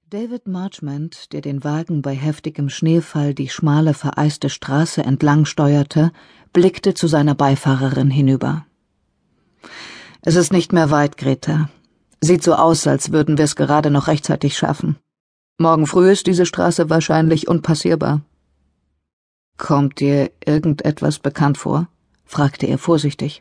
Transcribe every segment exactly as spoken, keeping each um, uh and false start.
David Marchmont, der den Wagen bei heftigem Schneefall die schmale, vereiste Straße entlang steuerte, blickte zu seiner Beifahrerin hinüber. »Es ist nicht mehr weit, Greta. Sieht so aus, als würden wir es gerade noch rechtzeitig schaffen. Morgen früh ist diese Straße wahrscheinlich unpassierbar.« »Kommt dir irgendetwas bekannt vor?« fragte er vorsichtig.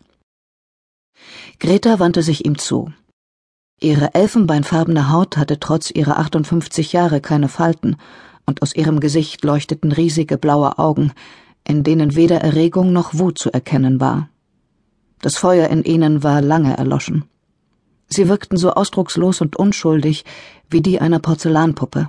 Greta wandte sich ihm zu. Ihre elfenbeinfarbene Haut hatte trotz ihrer achtundfünfzig Jahre keine Falten, und aus ihrem Gesicht leuchteten riesige blaue Augen, in denen weder Erregung noch Wut zu erkennen war. Das Feuer in ihnen war lange erloschen. Sie wirkten so ausdruckslos und unschuldig wie die einer Porzellanpuppe.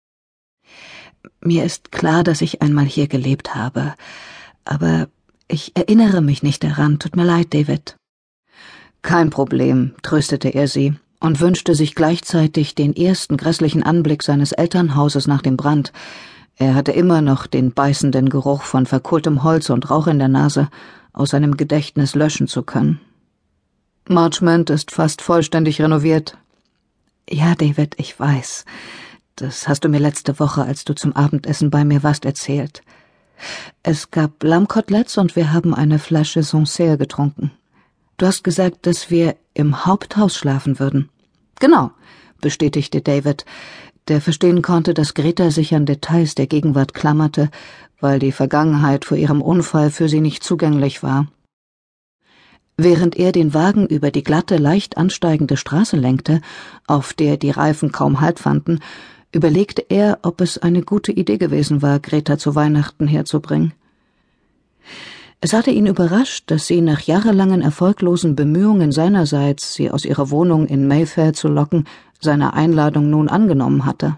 »Mir ist klar, dass ich einmal hier gelebt habe, aber ich erinnere mich nicht daran. Tut mir leid, David.« »Kein Problem«, tröstete er sie und wünschte sich gleichzeitig den ersten grässlichen Anblick seines Elternhauses nach dem Brand. Er hatte immer noch den beißenden Geruch von verkohltem Holz und Rauch in der Nase, aus seinem Gedächtnis löschen zu können. »Marchmont ist fast vollständig renoviert.« »Ja, David, ich weiß. Das hast du mir letzte Woche, als du zum Abendessen bei mir warst, erzählt. Es gab Lammkoteletts und wir haben eine Flasche Sancerre getrunken. Du hast gesagt, dass wir im Haupthaus schlafen würden.« »Genau«, bestätigte David, der verstehen konnte, dass Greta sich an Details der Gegenwart klammerte, weil die Vergangenheit vor ihrem Unfall für sie nicht zugänglich war. Während er den Wagen über die glatte, leicht ansteigende Straße lenkte, auf der die Reifen kaum Halt fanden, überlegte er, ob es eine gute Idee gewesen war, Greta zu Weihnachten herzubringen. Es hatte ihn überrascht, dass sie nach jahrelangen erfolglosen Bemühungen seinerseits, sie aus ihrer Wohnung in Mayfair zu locken, seine Einladung nun angenommen hatte.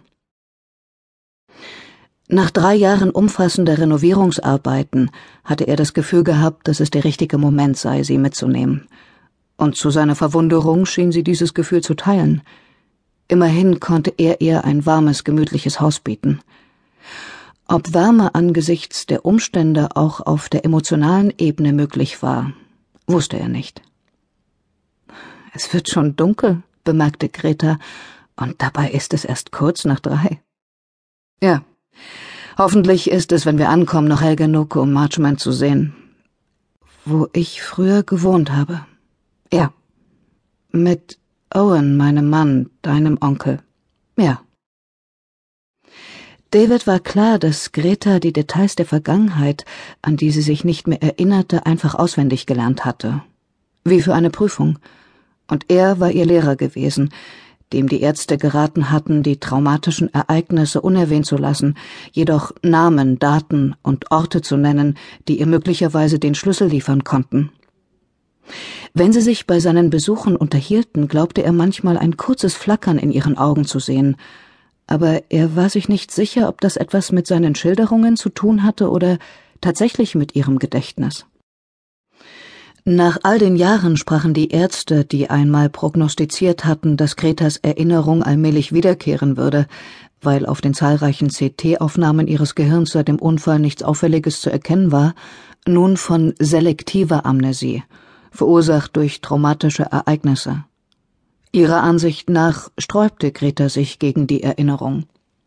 Nach drei Jahren umfassender Renovierungsarbeiten hatte er das Gefühl gehabt, dass es der richtige Moment sei, sie mitzunehmen. Und zu seiner Verwunderung schien sie dieses Gefühl zu teilen. Immerhin konnte er ihr ein warmes, gemütliches Haus bieten. Ob Wärme angesichts der Umstände auch auf der emotionalen Ebene möglich war, wusste er nicht. »Es wird schon dunkel«, bemerkte Greta, »und dabei ist es erst kurz nach drei.« »Ja, hoffentlich ist es, wenn wir ankommen, noch hell genug, um Marchmont zu sehen.« »Wo ich früher gewohnt habe.« »Ja. Mit Owen, meinem Mann, deinem Onkel.« »Ja.« David war klar, dass Greta die Details der Vergangenheit, an die sie sich nicht mehr erinnerte, einfach auswendig gelernt hatte. Wie für eine Prüfung. Und er war ihr Lehrer gewesen, dem die Ärzte geraten hatten, die traumatischen Ereignisse unerwähnt zu lassen, jedoch Namen, Daten und Orte zu nennen, die ihr möglicherweise den Schlüssel liefern konnten. Wenn sie sich bei seinen Besuchen unterhielten, glaubte er manchmal ein kurzes Flackern in ihren Augen zu sehen, aber er war sich nicht sicher, ob das etwas mit seinen Schilderungen zu tun hatte oder tatsächlich mit ihrem Gedächtnis. Nach all den Jahren sprachen die Ärzte, die einmal prognostiziert hatten, dass Gretas Erinnerung allmählich wiederkehren würde, weil auf den zahlreichen C T-Aufnahmen ihres Gehirns seit dem Unfall nichts Auffälliges zu erkennen war, nun von selektiver Amnesie, verursacht durch traumatische Ereignisse. Ihrer Ansicht nach sträubte Greta sich gegen die Erinnerung.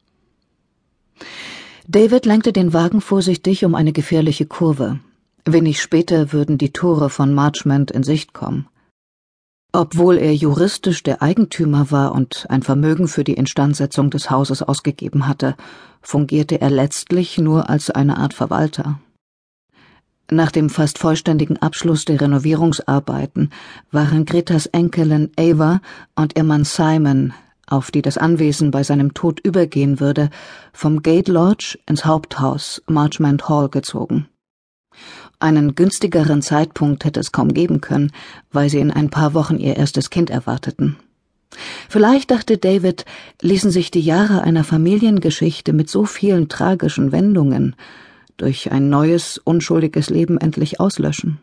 David lenkte den Wagen vorsichtig um eine gefährliche Kurve. Wenig später würden die Tore von Marchmont in Sicht kommen. Obwohl er juristisch der Eigentümer war und ein Vermögen für die Instandsetzung des Hauses ausgegeben hatte, fungierte er letztlich nur als eine Art Verwalter. Nach dem fast vollständigen Abschluss der Renovierungsarbeiten waren Gretas Enkelin Ava und ihr Mann Simon, auf die das Anwesen bei seinem Tod übergehen würde, vom Gate Lodge ins Haupthaus Marchmont Hall gezogen. Einen günstigeren Zeitpunkt hätte es kaum geben können, weil sie in ein paar Wochen ihr erstes Kind erwarteten. Vielleicht, dachte David, ließen sich die Jahre einer Familiengeschichte mit so vielen tragischen Wendungen durch ein neues, unschuldiges Leben endlich auslöschen.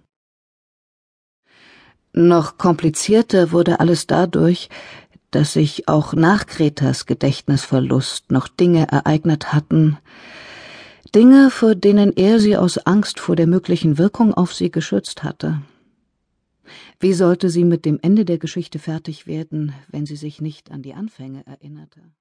Noch komplizierter wurde alles dadurch, dass sich auch nach Gretas Gedächtnisverlust noch Dinge ereignet hatten, Dinge, vor denen er sie aus Angst vor der möglichen Wirkung auf sie geschützt hatte. Wie sollte sie mit dem Ende der Geschichte fertig werden, wenn sie sich nicht an die Anfänge erinnerte?